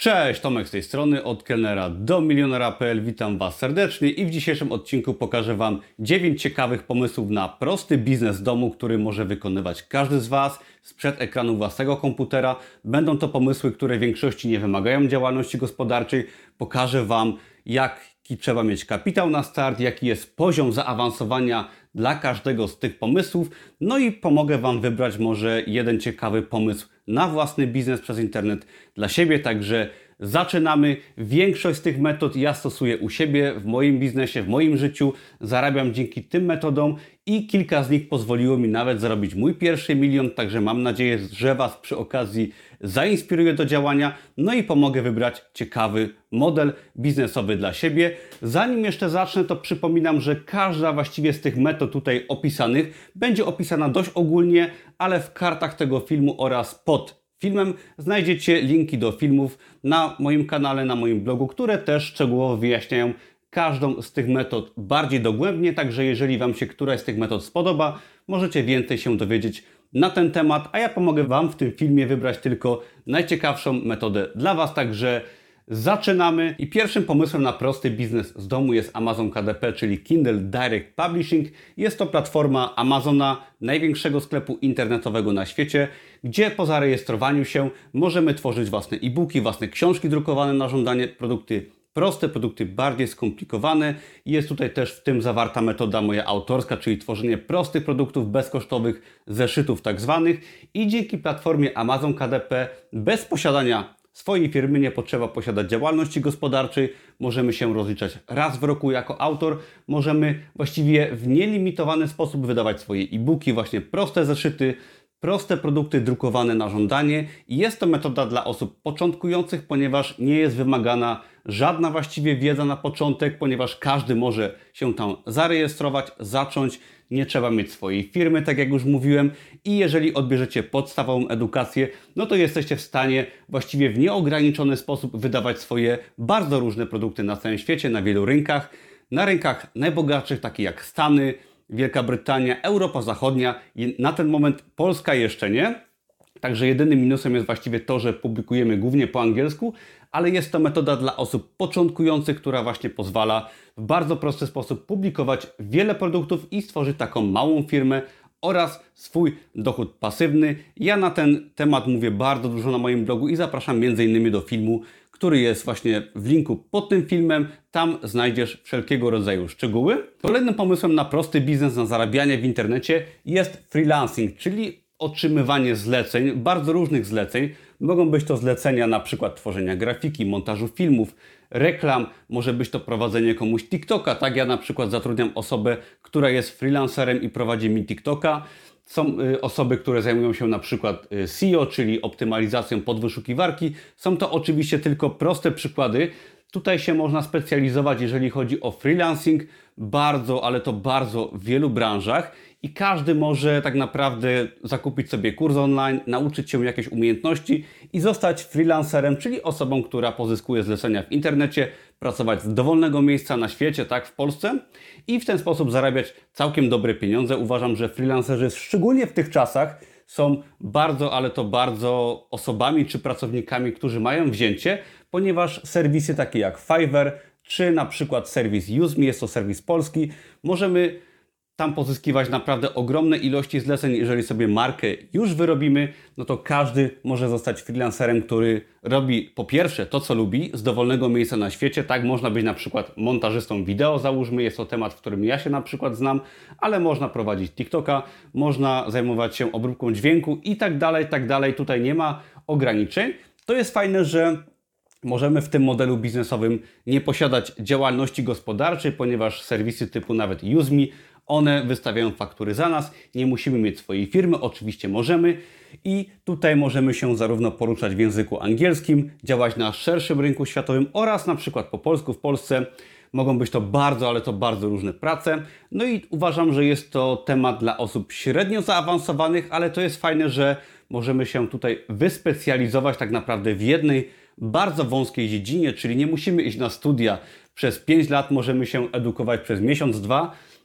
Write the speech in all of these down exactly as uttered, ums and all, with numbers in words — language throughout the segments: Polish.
Cześć, Tomek z tej strony, od kelnera do milionera kropka p l. Witam Was serdecznie i w dzisiejszym odcinku pokażę Wam dziewięć ciekawych pomysłów na prosty biznes z domu, który może wykonywać każdy z Was sprzed ekranu własnego komputera. Będą to pomysły, które w większości nie wymagają działalności gospodarczej. Pokażę Wam, jaki trzeba mieć kapitał na start, jaki jest poziom zaawansowania dla każdego z tych pomysłów. No i pomogę Wam wybrać może jeden ciekawy pomysł na własny biznes przez internet dla siebie. Także zaczynamy. Większość z tych metod ja stosuję u siebie, w moim biznesie, w moim życiu. Zarabiam dzięki tym metodom i kilka z nich pozwoliło mi nawet zarobić mój pierwszy milion. Także mam nadzieję, że Was przy okazji zainspiruję do działania. No i pomogę wybrać ciekawy model biznesowy dla siebie. Zanim jeszcze zacznę, to przypominam, że każda właściwie z tych metod tutaj opisanych będzie opisana dość ogólnie, ale w kartach tego filmu oraz pod filmem znajdziecie linki do filmów na moim kanale, na moim blogu, które też szczegółowo wyjaśniają każdą z tych metod bardziej dogłębnie. Także jeżeli Wam się któraś z tych metod spodoba, możecie więcej się dowiedzieć na ten temat, a ja pomogę Wam w tym filmie wybrać tylko najciekawszą metodę dla Was. Także zaczynamy. I pierwszym pomysłem na prosty biznes z domu jest Amazon K D P, czyli Kindle Direct Publishing. Jest to platforma Amazona, największego sklepu internetowego na świecie, gdzie po zarejestrowaniu się możemy tworzyć własne e-booki, własne książki drukowane na żądanie, produkty proste, produkty bardziej skomplikowane. Jest tutaj też w tym zawarta metoda moja autorska, czyli tworzenie prostych produktów bezkosztowych, zeszytów tak zwanych. I dzięki platformie Amazon K D P bez posiadania swojej firmy nie potrzeba posiadać działalności gospodarczej. Możemy się rozliczać raz w roku jako autor. Możemy właściwie w nielimitowany sposób wydawać swoje e-booki, właśnie proste zeszyty, proste produkty drukowane na żądanie. I jest to metoda dla osób początkujących, ponieważ nie jest wymagana żadna właściwie wiedza na początek, ponieważ każdy może się tam zarejestrować, zacząć. Nie trzeba mieć swojej firmy, tak jak już mówiłem. I jeżeli odbierzecie podstawową edukację, no to jesteście w stanie właściwie w nieograniczony sposób wydawać swoje bardzo różne produkty na całym świecie, na wielu rynkach. Na rynkach najbogatszych, takich jak Stany, Wielka Brytania, Europa Zachodnia. I na ten moment Polska jeszcze nie. Także jedynym minusem jest właściwie to, że publikujemy głównie po angielsku, ale jest to metoda dla osób początkujących, która właśnie pozwala w bardzo prosty sposób publikować wiele produktów i stworzyć taką małą firmę oraz swój dochód pasywny. Ja na ten temat mówię bardzo dużo na moim blogu i zapraszam między innymi do filmu, który jest właśnie w linku pod tym filmem. Tam znajdziesz wszelkiego rodzaju szczegóły. Kolejnym pomysłem na prosty biznes, na zarabianie w internecie jest freelancing, czyli otrzymywanie zleceń, bardzo różnych zleceń. Mogą być to zlecenia na przykład tworzenia grafiki, montażu filmów, reklam, może być to prowadzenie komuś TikToka. Tak, ja na przykład zatrudniam osobę, która jest freelancerem i prowadzi mi TikToka. Są y, osoby, które zajmują się na przykład y, S E O, czyli optymalizacją podwyszukiwarki. Są to oczywiście tylko proste przykłady. Tutaj się można specjalizować, jeżeli chodzi o freelancing, bardzo, ale to bardzo w wielu branżach i każdy może tak naprawdę zakupić sobie kurs online, nauczyć się jakiejś umiejętności i zostać freelancerem, czyli osobą, która pozyskuje zlecenia w internecie, pracować z dowolnego miejsca na świecie, tak, w Polsce i w ten sposób zarabiać całkiem dobre pieniądze. Uważam, że freelancerzy, szczególnie w tych czasach, są bardzo, ale to bardzo osobami czy pracownikami, którzy mają wzięcie, ponieważ serwisy takie jak Fiverr czy na przykład serwis UseMe, jest to serwis polski, możemy tam pozyskiwać naprawdę ogromne ilości zleceń. Jeżeli sobie markę już wyrobimy, no to każdy może zostać freelancerem, który robi po pierwsze to, co lubi, z dowolnego miejsca na świecie. Tak, można być na przykład montażystą wideo, załóżmy, jest to temat, w którym ja się na przykład znam, ale można prowadzić TikToka, można zajmować się obróbką dźwięku i tak dalej, tak dalej. Tutaj nie ma ograniczeń. To jest fajne, że możemy w tym modelu biznesowym nie posiadać działalności gospodarczej, ponieważ serwisy typu nawet UseMe, one wystawiają faktury za nas, nie musimy mieć swojej firmy, oczywiście możemy i tutaj możemy się zarówno poruszać w języku angielskim, działać na szerszym rynku światowym oraz na przykład po polsku w Polsce. Mogą być to bardzo, ale to bardzo różne prace. No i uważam, że jest to temat dla osób średnio zaawansowanych, ale to jest fajne, że możemy się tutaj wyspecjalizować tak naprawdę w jednej bardzo wąskiej dziedzinie, czyli nie musimy iść na studia przez pięć lat, możemy się edukować przez miesiąc, dwa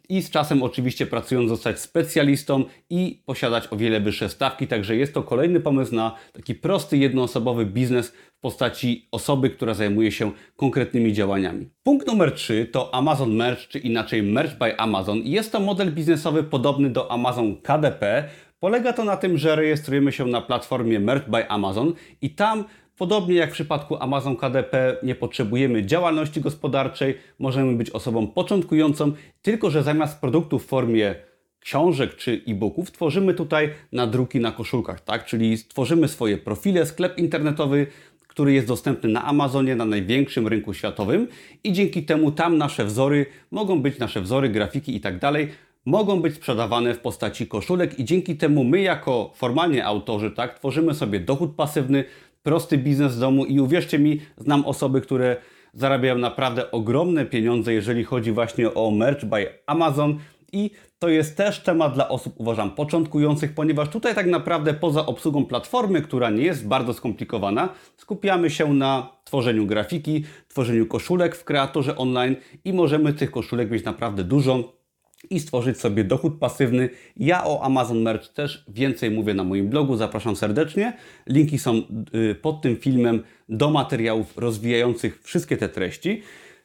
i z czasem oczywiście pracując zostać specjalistą i posiadać o wiele wyższe stawki. Także jest to kolejny pomysł na taki prosty, jednoosobowy biznes w postaci osoby, która zajmuje się konkretnymi działaniami. Punkt numer trzy to Amazon Merch, czy inaczej Merch by Amazon. Jest to model biznesowy podobny do Amazon K D P. Polega to na tym, że rejestrujemy się na platformie Merch by Amazon i tam, podobnie jak w przypadku Amazon K D P, nie potrzebujemy działalności gospodarczej, możemy być osobą początkującą, tylko że zamiast produktów w formie książek czy e-booków tworzymy tutaj nadruki na koszulkach, tak? Czyli stworzymy swoje profile, sklep internetowy, który jest dostępny na Amazonie, na największym rynku światowym i dzięki temu tam nasze wzory mogą być, nasze wzory, grafiki i tak dalej, mogą być sprzedawane w postaci koszulek i dzięki temu my jako formalnie autorzy, tak, tworzymy sobie dochód pasywny, prosty biznes z domu i uwierzcie mi, znam osoby, które zarabiają naprawdę ogromne pieniądze, jeżeli chodzi właśnie o Merch by Amazon i to jest też temat dla osób, uważam, początkujących, ponieważ tutaj tak naprawdę poza obsługą platformy, która nie jest bardzo skomplikowana, skupiamy się na tworzeniu grafiki, tworzeniu koszulek w kreatorze online i możemy tych koszulek mieć naprawdę dużo i stworzyć sobie dochód pasywny. Ja o Amazon Merch też więcej mówię na moim blogu, zapraszam serdecznie. Linki są pod tym filmem do materiałów rozwijających wszystkie te treści.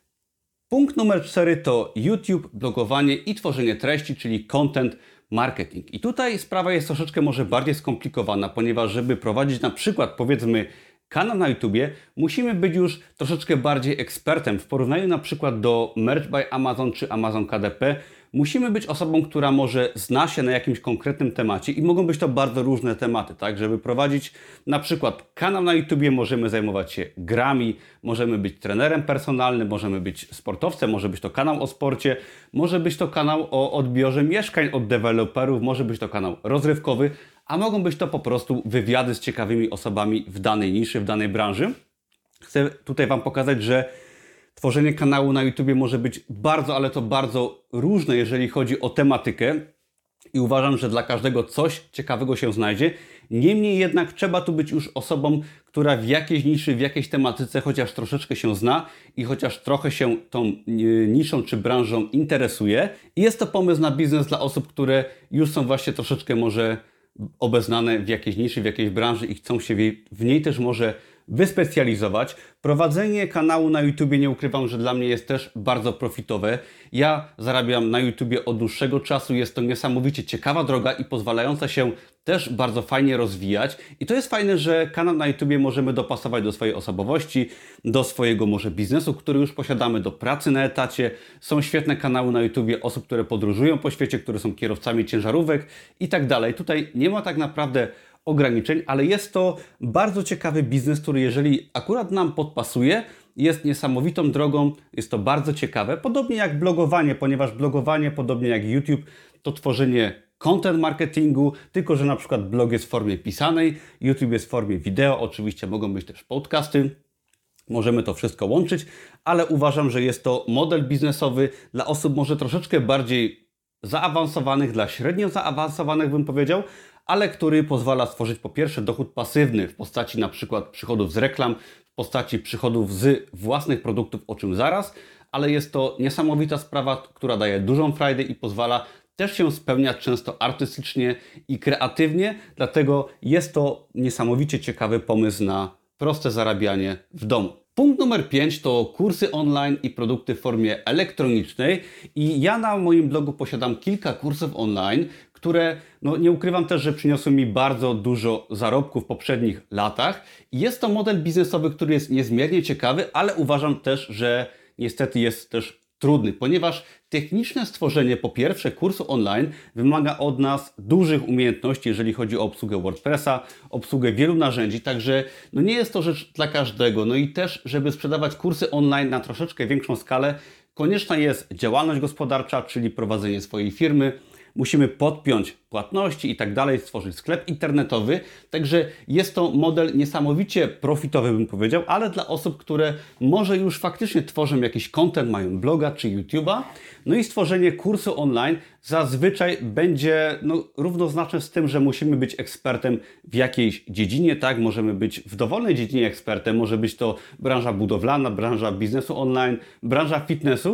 Punkt numer cztery to YouTube, blogowanie i tworzenie treści, czyli content marketing. I tutaj sprawa jest troszeczkę może bardziej skomplikowana, ponieważ żeby prowadzić na przykład, powiedzmy, kanał na YouTubie, musimy być już troszeczkę bardziej ekspertem. W porównaniu na przykład do Merch by Amazon czy Amazon K D P, musimy być osobą, która może zna się na jakimś konkretnym temacie i mogą być to bardzo różne tematy, tak? Żeby prowadzić na przykład kanał na YouTubie, możemy zajmować się grami, możemy być trenerem personalnym, możemy być sportowcem, może być to kanał o sporcie, może być to kanał o odbiorze mieszkań od deweloperów, może być to kanał rozrywkowy, a mogą być to po prostu wywiady z ciekawymi osobami w danej niszy, w danej branży. Chcę tutaj Wam pokazać, że tworzenie kanału na YouTubie może być bardzo, ale to bardzo różne, jeżeli chodzi o tematykę i uważam, że dla każdego coś ciekawego się znajdzie. Niemniej jednak trzeba tu być już osobą, która w jakiejś niszy, w jakiejś tematyce chociaż troszeczkę się zna i chociaż trochę się tą niszą czy branżą interesuje. I jest to pomysł na biznes dla osób, które już są właśnie troszeczkę może obeznane w jakiejś niszy, w jakiejś branży i chcą się w, jej, w niej też może wyspecjalizować. Prowadzenie kanału na YouTubie, nie ukrywam, że dla mnie jest też bardzo profitowe. Ja zarabiam na YouTubie od dłuższego czasu, jest to niesamowicie ciekawa droga i pozwalająca się też bardzo fajnie rozwijać. I to jest fajne, że kanał na YouTubie możemy dopasować do swojej osobowości, do swojego może biznesu, który już posiadamy, do pracy na etacie. Są świetne kanały na YouTubie osób, które podróżują po świecie, które są kierowcami ciężarówek i tak dalej. Tutaj nie ma tak naprawdę ograniczeń, ale jest to bardzo ciekawy biznes, który jeżeli akurat nam podpasuje, jest niesamowitą drogą, jest to bardzo ciekawe, podobnie jak blogowanie, ponieważ blogowanie, podobnie jak YouTube, to tworzenie content marketingu, tylko że na przykład blog jest w formie pisanej, YouTube jest w formie wideo, oczywiście mogą być też podcasty, możemy to wszystko łączyć, ale uważam, że jest to model biznesowy dla osób może troszeczkę bardziej zaawansowanych, dla średnio zaawansowanych bym powiedział, ale który pozwala stworzyć po pierwsze dochód pasywny w postaci na przykład przychodów z reklam, w postaci przychodów z własnych produktów, o czym zaraz, ale jest to niesamowita sprawa, która daje dużą frajdę i pozwala też się spełniać często artystycznie i kreatywnie, dlatego jest to niesamowicie ciekawy pomysł na proste zarabianie w domu. Punkt numer pięć to kursy online i produkty w formie elektronicznej i ja na moim blogu posiadam kilka kursów online, które, no nie ukrywam też, że przyniosły mi bardzo dużo zarobku w poprzednich latach. I jest to model biznesowy, który jest niezmiernie ciekawy, ale uważam też, że niestety jest też trudny, ponieważ techniczne stworzenie po pierwsze kursu online wymaga od nas dużych umiejętności, jeżeli chodzi o obsługę WordPressa, obsługę wielu narzędzi, także no nie jest to rzecz dla każdego. No i też, żeby sprzedawać kursy online na troszeczkę większą skalę, konieczna jest działalność gospodarcza, czyli prowadzenie swojej firmy. Musimy podpiąć płatności i tak dalej, stworzyć sklep internetowy. Także jest to model niesamowicie profitowy, bym powiedział, ale dla osób, które może już faktycznie tworzą jakiś content, mają bloga czy YouTube'a. No i stworzenie kursu online zazwyczaj będzie no, równoznaczne z tym, że musimy być ekspertem w jakiejś dziedzinie, tak? Możemy być w dowolnej dziedzinie ekspertem, może być to branża budowlana, branża biznesu online, branża fitnessu,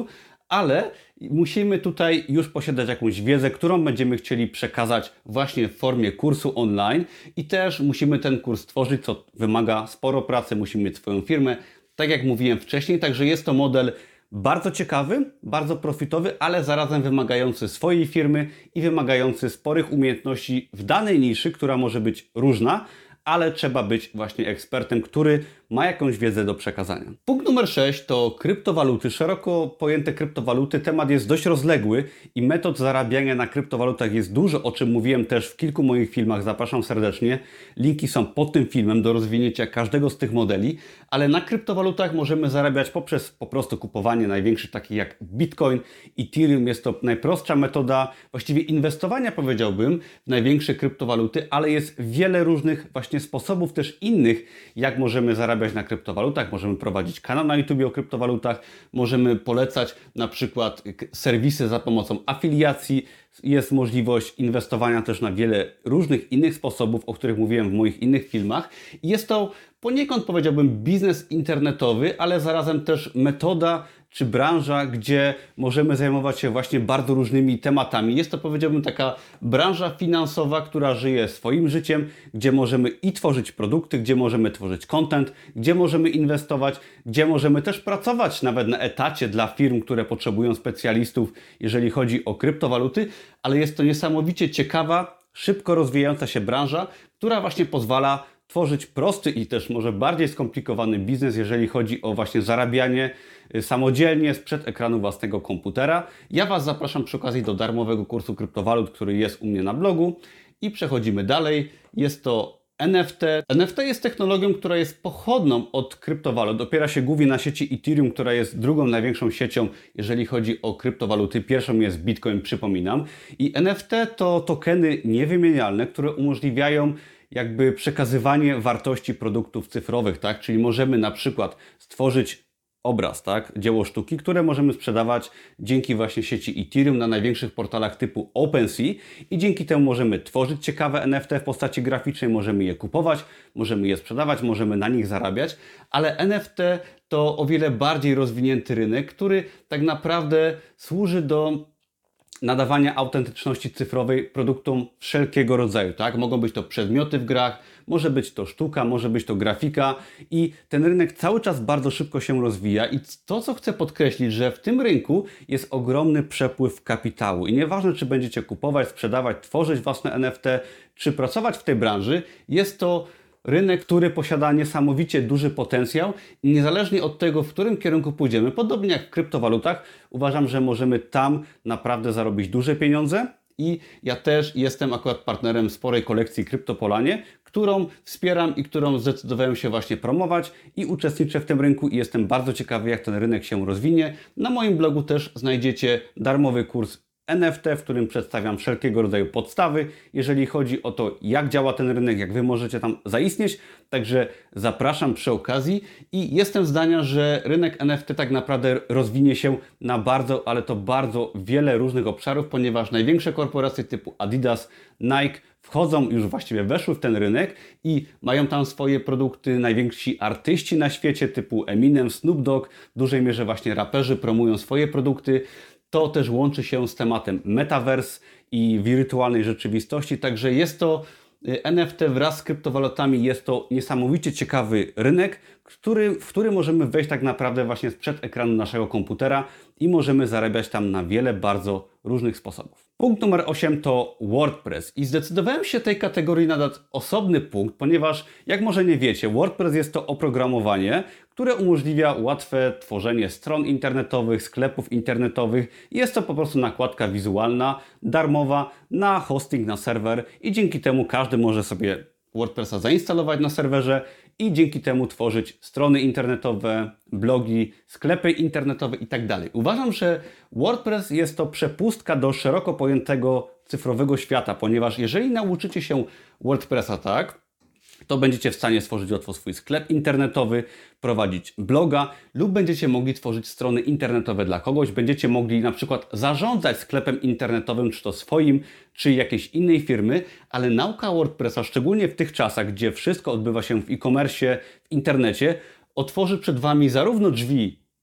ale musimy tutaj już posiadać jakąś wiedzę, którą będziemy chcieli przekazać właśnie w formie kursu online i też musimy ten kurs tworzyć, co wymaga sporo pracy, musimy mieć swoją firmę, tak jak mówiłem wcześniej, także jest to model bardzo ciekawy, bardzo profitowy, ale zarazem wymagający swojej firmy i wymagający sporych umiejętności w danej niszy, która może być różna, ale trzeba być właśnie ekspertem, który ma jakąś wiedzę do przekazania. Punkt numer sześć to kryptowaluty. Szeroko pojęte kryptowaluty. Temat jest dość rozległy i metod zarabiania na kryptowalutach jest dużo, o czym mówiłem też w kilku moich filmach. Zapraszam serdecznie. Linki są pod tym filmem do rozwinięcia każdego z tych modeli, ale na kryptowalutach możemy zarabiać poprzez po prostu kupowanie największych, takich jak Bitcoin, Ethereum. Jest to najprostsza metoda właściwie inwestowania, powiedziałbym, w największe kryptowaluty, ale jest wiele różnych właśnie sposobów też innych, jak możemy zarabiać na kryptowalutach. Możemy prowadzić kanał na YouTube o kryptowalutach, możemy polecać na przykład serwisy za pomocą afiliacji. Jest możliwość inwestowania też na wiele różnych innych sposobów, o których mówiłem w moich innych filmach. Jest to poniekąd, powiedziałbym, biznes internetowy, ale zarazem też metoda czy branża, gdzie możemy zajmować się właśnie bardzo różnymi tematami. Jest to, powiedziałbym, taka branża finansowa, która żyje swoim życiem, gdzie możemy i tworzyć produkty, gdzie możemy tworzyć content, gdzie możemy inwestować, gdzie możemy też pracować nawet na etacie dla firm, które potrzebują specjalistów, jeżeli chodzi o kryptowaluty, ale jest to niesamowicie ciekawa, szybko rozwijająca się branża, która właśnie pozwala tworzyć prosty i też może bardziej skomplikowany biznes, jeżeli chodzi o właśnie zarabianie samodzielnie sprzed ekranu własnego komputera. Ja Was zapraszam przy okazji do darmowego kursu kryptowalut, który jest u mnie na blogu i przechodzimy dalej. Jest to N F T. N F T jest technologią, która jest pochodną od kryptowalut. Opiera się głównie na sieci Ethereum, która jest drugą największą siecią, jeżeli chodzi o kryptowaluty. Pierwszą jest Bitcoin, przypominam. I N F T to tokeny niewymienialne, które umożliwiają jakby przekazywanie wartości produktów cyfrowych, tak? Czyli możemy na przykład stworzyć obraz, tak? Dzieło sztuki, które możemy sprzedawać dzięki właśnie sieci Ethereum na największych portalach typu OpenSea i dzięki temu możemy tworzyć ciekawe N F T w postaci graficznej, możemy je kupować, możemy je sprzedawać, możemy na nich zarabiać, ale N F T to o wiele bardziej rozwinięty rynek, który tak naprawdę służy do nadawania autentyczności cyfrowej produktom wszelkiego rodzaju, tak? Mogą być to przedmioty w grach, może być to sztuka, może być to grafika i ten rynek cały czas bardzo szybko się rozwija i to, co chcę podkreślić, że w tym rynku jest ogromny przepływ kapitału i nieważne, czy będziecie kupować, sprzedawać, tworzyć własne N F T, czy pracować w tej branży, jest to rynek, który posiada niesamowicie duży potencjał i niezależnie od tego, w którym kierunku pójdziemy, podobnie jak w kryptowalutach, uważam, że możemy tam naprawdę zarobić duże pieniądze i ja też jestem akurat partnerem sporej kolekcji Kryptopolanie, którą wspieram i którą zdecydowałem się właśnie promować i uczestniczę w tym rynku i jestem bardzo ciekawy, jak ten rynek się rozwinie. Na moim blogu też znajdziecie darmowy kurs N F T, w którym przedstawiam wszelkiego rodzaju podstawy, jeżeli chodzi o to, jak działa ten rynek, jak Wy możecie tam zaistnieć. Także zapraszam przy okazji i jestem zdania, że rynek N F T tak naprawdę rozwinie się na bardzo, ale to bardzo wiele różnych obszarów, ponieważ największe korporacje typu Adidas, Nike wchodzą, już właściwie weszły w ten rynek i mają tam swoje produkty. Najwięksi artyści na świecie typu Eminem, Snoop Dogg, w dużej mierze właśnie raperzy promują swoje produkty. To też łączy się z tematem metaverse i wirtualnej rzeczywistości, także jest to N F T wraz z kryptowalutami, jest to niesamowicie ciekawy rynek, który, w który możemy wejść tak naprawdę właśnie sprzed ekranu naszego komputera i możemy zarabiać tam na wiele bardzo różnych sposobów. Punkt numer osiem to WordPress i zdecydowałem się tej kategorii nadać osobny punkt, ponieważ jak może nie wiecie, WordPress jest to oprogramowanie, które umożliwia łatwe tworzenie stron internetowych, sklepów internetowych. Jest to po prostu nakładka wizualna, darmowa, na hosting, na serwer i dzięki temu każdy może sobie WordPressa zainstalować na serwerze i dzięki temu tworzyć strony internetowe, blogi, sklepy internetowe i tak dalej. Uważam, że WordPress jest to przepustka do szeroko pojętego cyfrowego świata, ponieważ jeżeli nauczycie się WordPressa tak, to będziecie w stanie stworzyć łatwo swój sklep internetowy, prowadzić bloga lub będziecie mogli tworzyć strony internetowe dla kogoś. Będziecie mogli na przykład zarządzać sklepem internetowym, czy to swoim, czy jakiejś innej firmy, ale nauka WordPressa, szczególnie w tych czasach, gdzie wszystko odbywa się w e-commerce, w internecie, otworzy przed Wami zarówno drzwi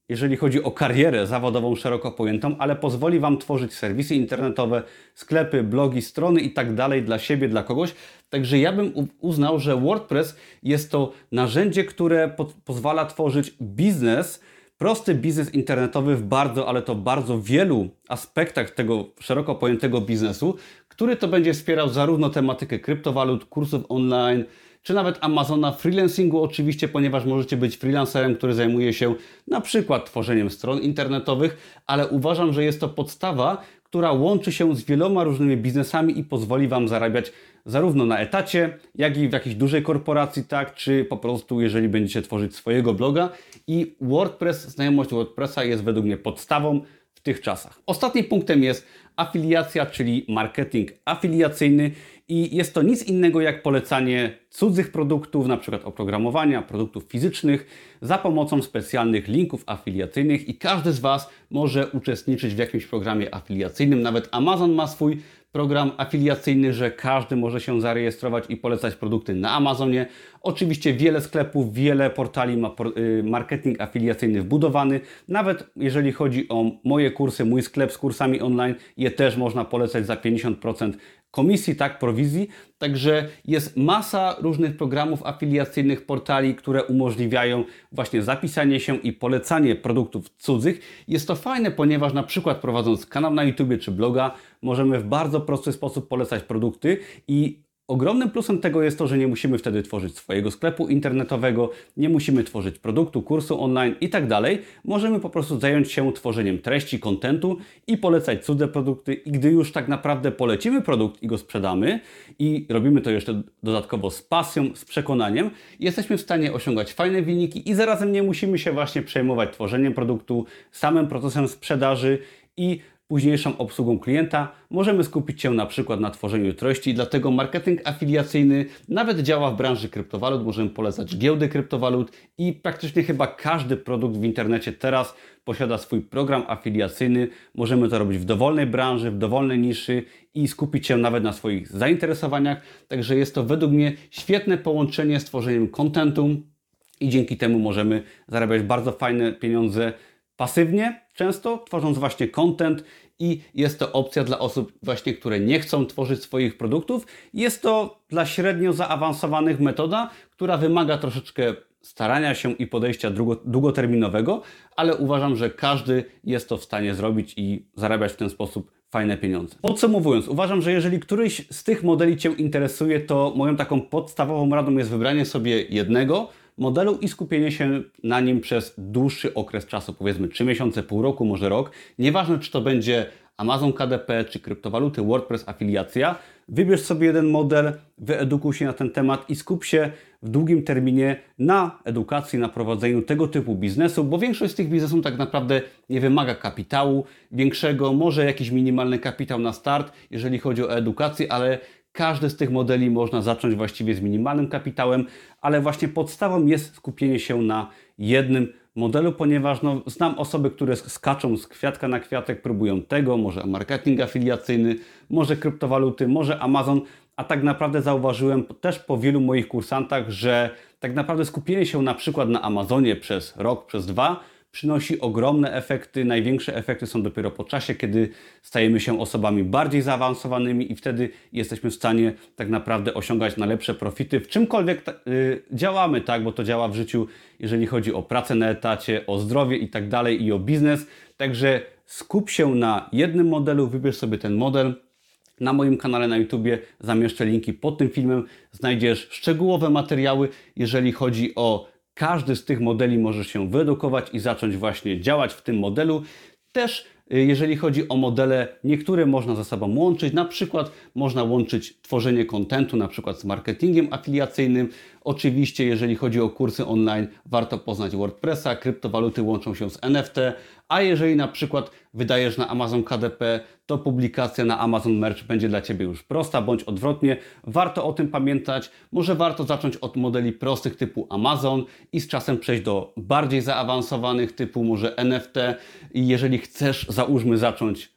jeżeli chodzi o karierę zawodową szeroko pojętą, ale pozwoli Wam tworzyć serwisy internetowe, sklepy, blogi, strony i tak dalej dla siebie, dla kogoś. Także ja bym uznał, że WordPress jest to narzędzie, które po pozwala tworzyć biznes, prosty biznes internetowy w bardzo, ale to bardzo wielu aspektach tego szeroko pojętego biznesu, który to będzie wspierał zarówno tematykę kryptowalut, kursów online, czy nawet Amazona, freelancingu oczywiście, ponieważ możecie być freelancerem, który zajmuje się na przykład tworzeniem stron internetowych, ale uważam, że jest to podstawa, która łączy się z wieloma różnymi biznesami i pozwoli Wam zarabiać zarówno na etacie, jak i w jakiejś dużej korporacji, tak, czy po prostu jeżeli będziecie tworzyć swojego bloga. I WordPress, znajomość WordPressa jest według mnie podstawą w tych czasach. Ostatnim punktem jest afiliacja, czyli marketing afiliacyjny i jest to nic innego jak polecanie cudzych produktów, na przykład oprogramowania, produktów fizycznych za pomocą specjalnych linków afiliacyjnych i każdy z Was może uczestniczyć w jakimś programie afiliacyjnym. Nawet Amazon ma swój program afiliacyjny, że każdy może się zarejestrować i polecać produkty na Amazonie. Oczywiście wiele sklepów, wiele portali ma marketing afiliacyjny wbudowany. Nawet jeżeli chodzi o moje kursy, mój sklep z kursami online, je też można polecać za pięćdziesiąt procent komisji, tak, prowizji. Także jest masa różnych programów afiliacyjnych, portali, które umożliwiają właśnie zapisanie się i polecanie produktów cudzych. Jest to fajne, ponieważ na przykład prowadząc kanał na YouTube czy bloga, możemy w bardzo prosty sposób polecać produkty i ogromnym plusem tego jest to, że nie musimy wtedy tworzyć swojego sklepu internetowego, nie musimy tworzyć produktu, kursu online i tak dalej. Możemy po prostu zająć się tworzeniem treści, kontentu i polecać cudze produkty. I gdy już tak naprawdę polecimy produkt i go sprzedamy i robimy to jeszcze dodatkowo z pasją, z przekonaniem, jesteśmy w stanie osiągać fajne wyniki i zarazem nie musimy się właśnie przejmować tworzeniem produktu, samym procesem sprzedaży i późniejszą obsługą klienta. Możemy skupić się na przykład na tworzeniu treści, dlatego marketing afiliacyjny nawet działa w branży kryptowalut. Możemy polecać giełdy kryptowalut i praktycznie chyba każdy produkt w internecie teraz posiada swój program afiliacyjny. Możemy to robić w dowolnej branży, w dowolnej niszy i skupić się nawet na swoich zainteresowaniach. Także jest to według mnie świetne połączenie z tworzeniem kontentu i dzięki temu możemy zarabiać bardzo fajne pieniądze pasywnie, często tworząc właśnie content i jest to opcja dla osób właśnie, które nie chcą tworzyć swoich produktów. Jest to dla średnio zaawansowanych metoda, która wymaga troszeczkę starania się i podejścia długoterminowego, ale uważam, że każdy jest to w stanie zrobić i zarabiać w ten sposób fajne pieniądze. Podsumowując, uważam, że jeżeli któryś z tych modeli Cię interesuje, to moją taką podstawową radą jest wybranie sobie jednego modelu i skupienie się na nim przez dłuższy okres czasu, powiedzmy trzy miesiące, pół roku, może rok. Nieważne, czy to będzie Amazon K D P, czy kryptowaluty, WordPress, afiliacja. Wybierz sobie jeden model, wyedukuj się na ten temat i skup się w długim terminie na edukacji, na prowadzeniu tego typu biznesu, bo większość z tych biznesów tak naprawdę nie wymaga kapitału większego, może jakiś minimalny kapitał na start, jeżeli chodzi o edukację, ale każdy z tych modeli można zacząć właściwie z minimalnym kapitałem, ale właśnie podstawą jest skupienie się na jednym modelu, ponieważ no, znam osoby, które skaczą z kwiatka na kwiatek, próbują tego, może marketing afiliacyjny, może kryptowaluty, może Amazon, a tak naprawdę zauważyłem też po wielu moich kursantach, że tak naprawdę skupienie się na przykład na Amazonie przez rok, przez dwa przynosi ogromne efekty. Największe efekty są dopiero po czasie, kiedy stajemy się osobami bardziej zaawansowanymi i wtedy jesteśmy w stanie tak naprawdę osiągać najlepsze profity w czymkolwiek yy, działamy, tak, bo to działa w życiu, jeżeli chodzi o pracę na etacie, o zdrowie i tak dalej i o biznes. Także skup się na jednym modelu, wybierz sobie ten model. Na moim kanale na YouTubie zamieszczę linki pod tym filmem. Znajdziesz szczegółowe materiały, jeżeli chodzi o każdy z tych modeli. Możesz się wyedukować i zacząć właśnie działać w tym modelu. Też jeżeli chodzi o modele, niektóre można ze sobą łączyć. Na przykład można łączyć tworzenie kontentu, na przykład z marketingiem afiliacyjnym. Oczywiście jeżeli chodzi o kursy online, warto poznać WordPressa, kryptowaluty łączą się z N F T, a jeżeli na przykład wydajesz na Amazon K D P, to publikacja na Amazon Merch będzie dla Ciebie już prosta, bądź odwrotnie. Warto o tym pamiętać. Może warto zacząć od modeli prostych typu Amazon i z czasem przejść do bardziej zaawansowanych typu może N F T. I jeżeli chcesz, załóżmy, zacząć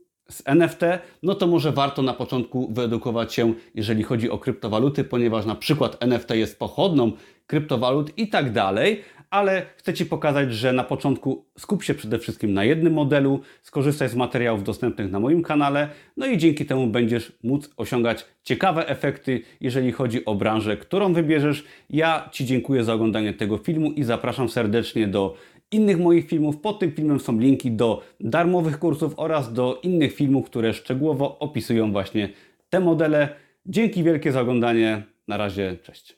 z N F T, no to może warto na początku wyedukować się, jeżeli chodzi o kryptowaluty, ponieważ na przykład N F T jest pochodną kryptowalut i tak dalej, ale chcę Ci pokazać, że na początku skup się przede wszystkim na jednym modelu, skorzystaj z materiałów dostępnych na moim kanale, no i dzięki temu będziesz móc osiągać ciekawe efekty, jeżeli chodzi o branżę, którą wybierzesz. Ja Ci dziękuję za oglądanie tego filmu i zapraszam serdecznie do innych moich filmów. Pod tym filmem są linki do darmowych kursów oraz do innych filmów, które szczegółowo opisują właśnie te modele. Dzięki wielkie za oglądanie. Na razie, cześć.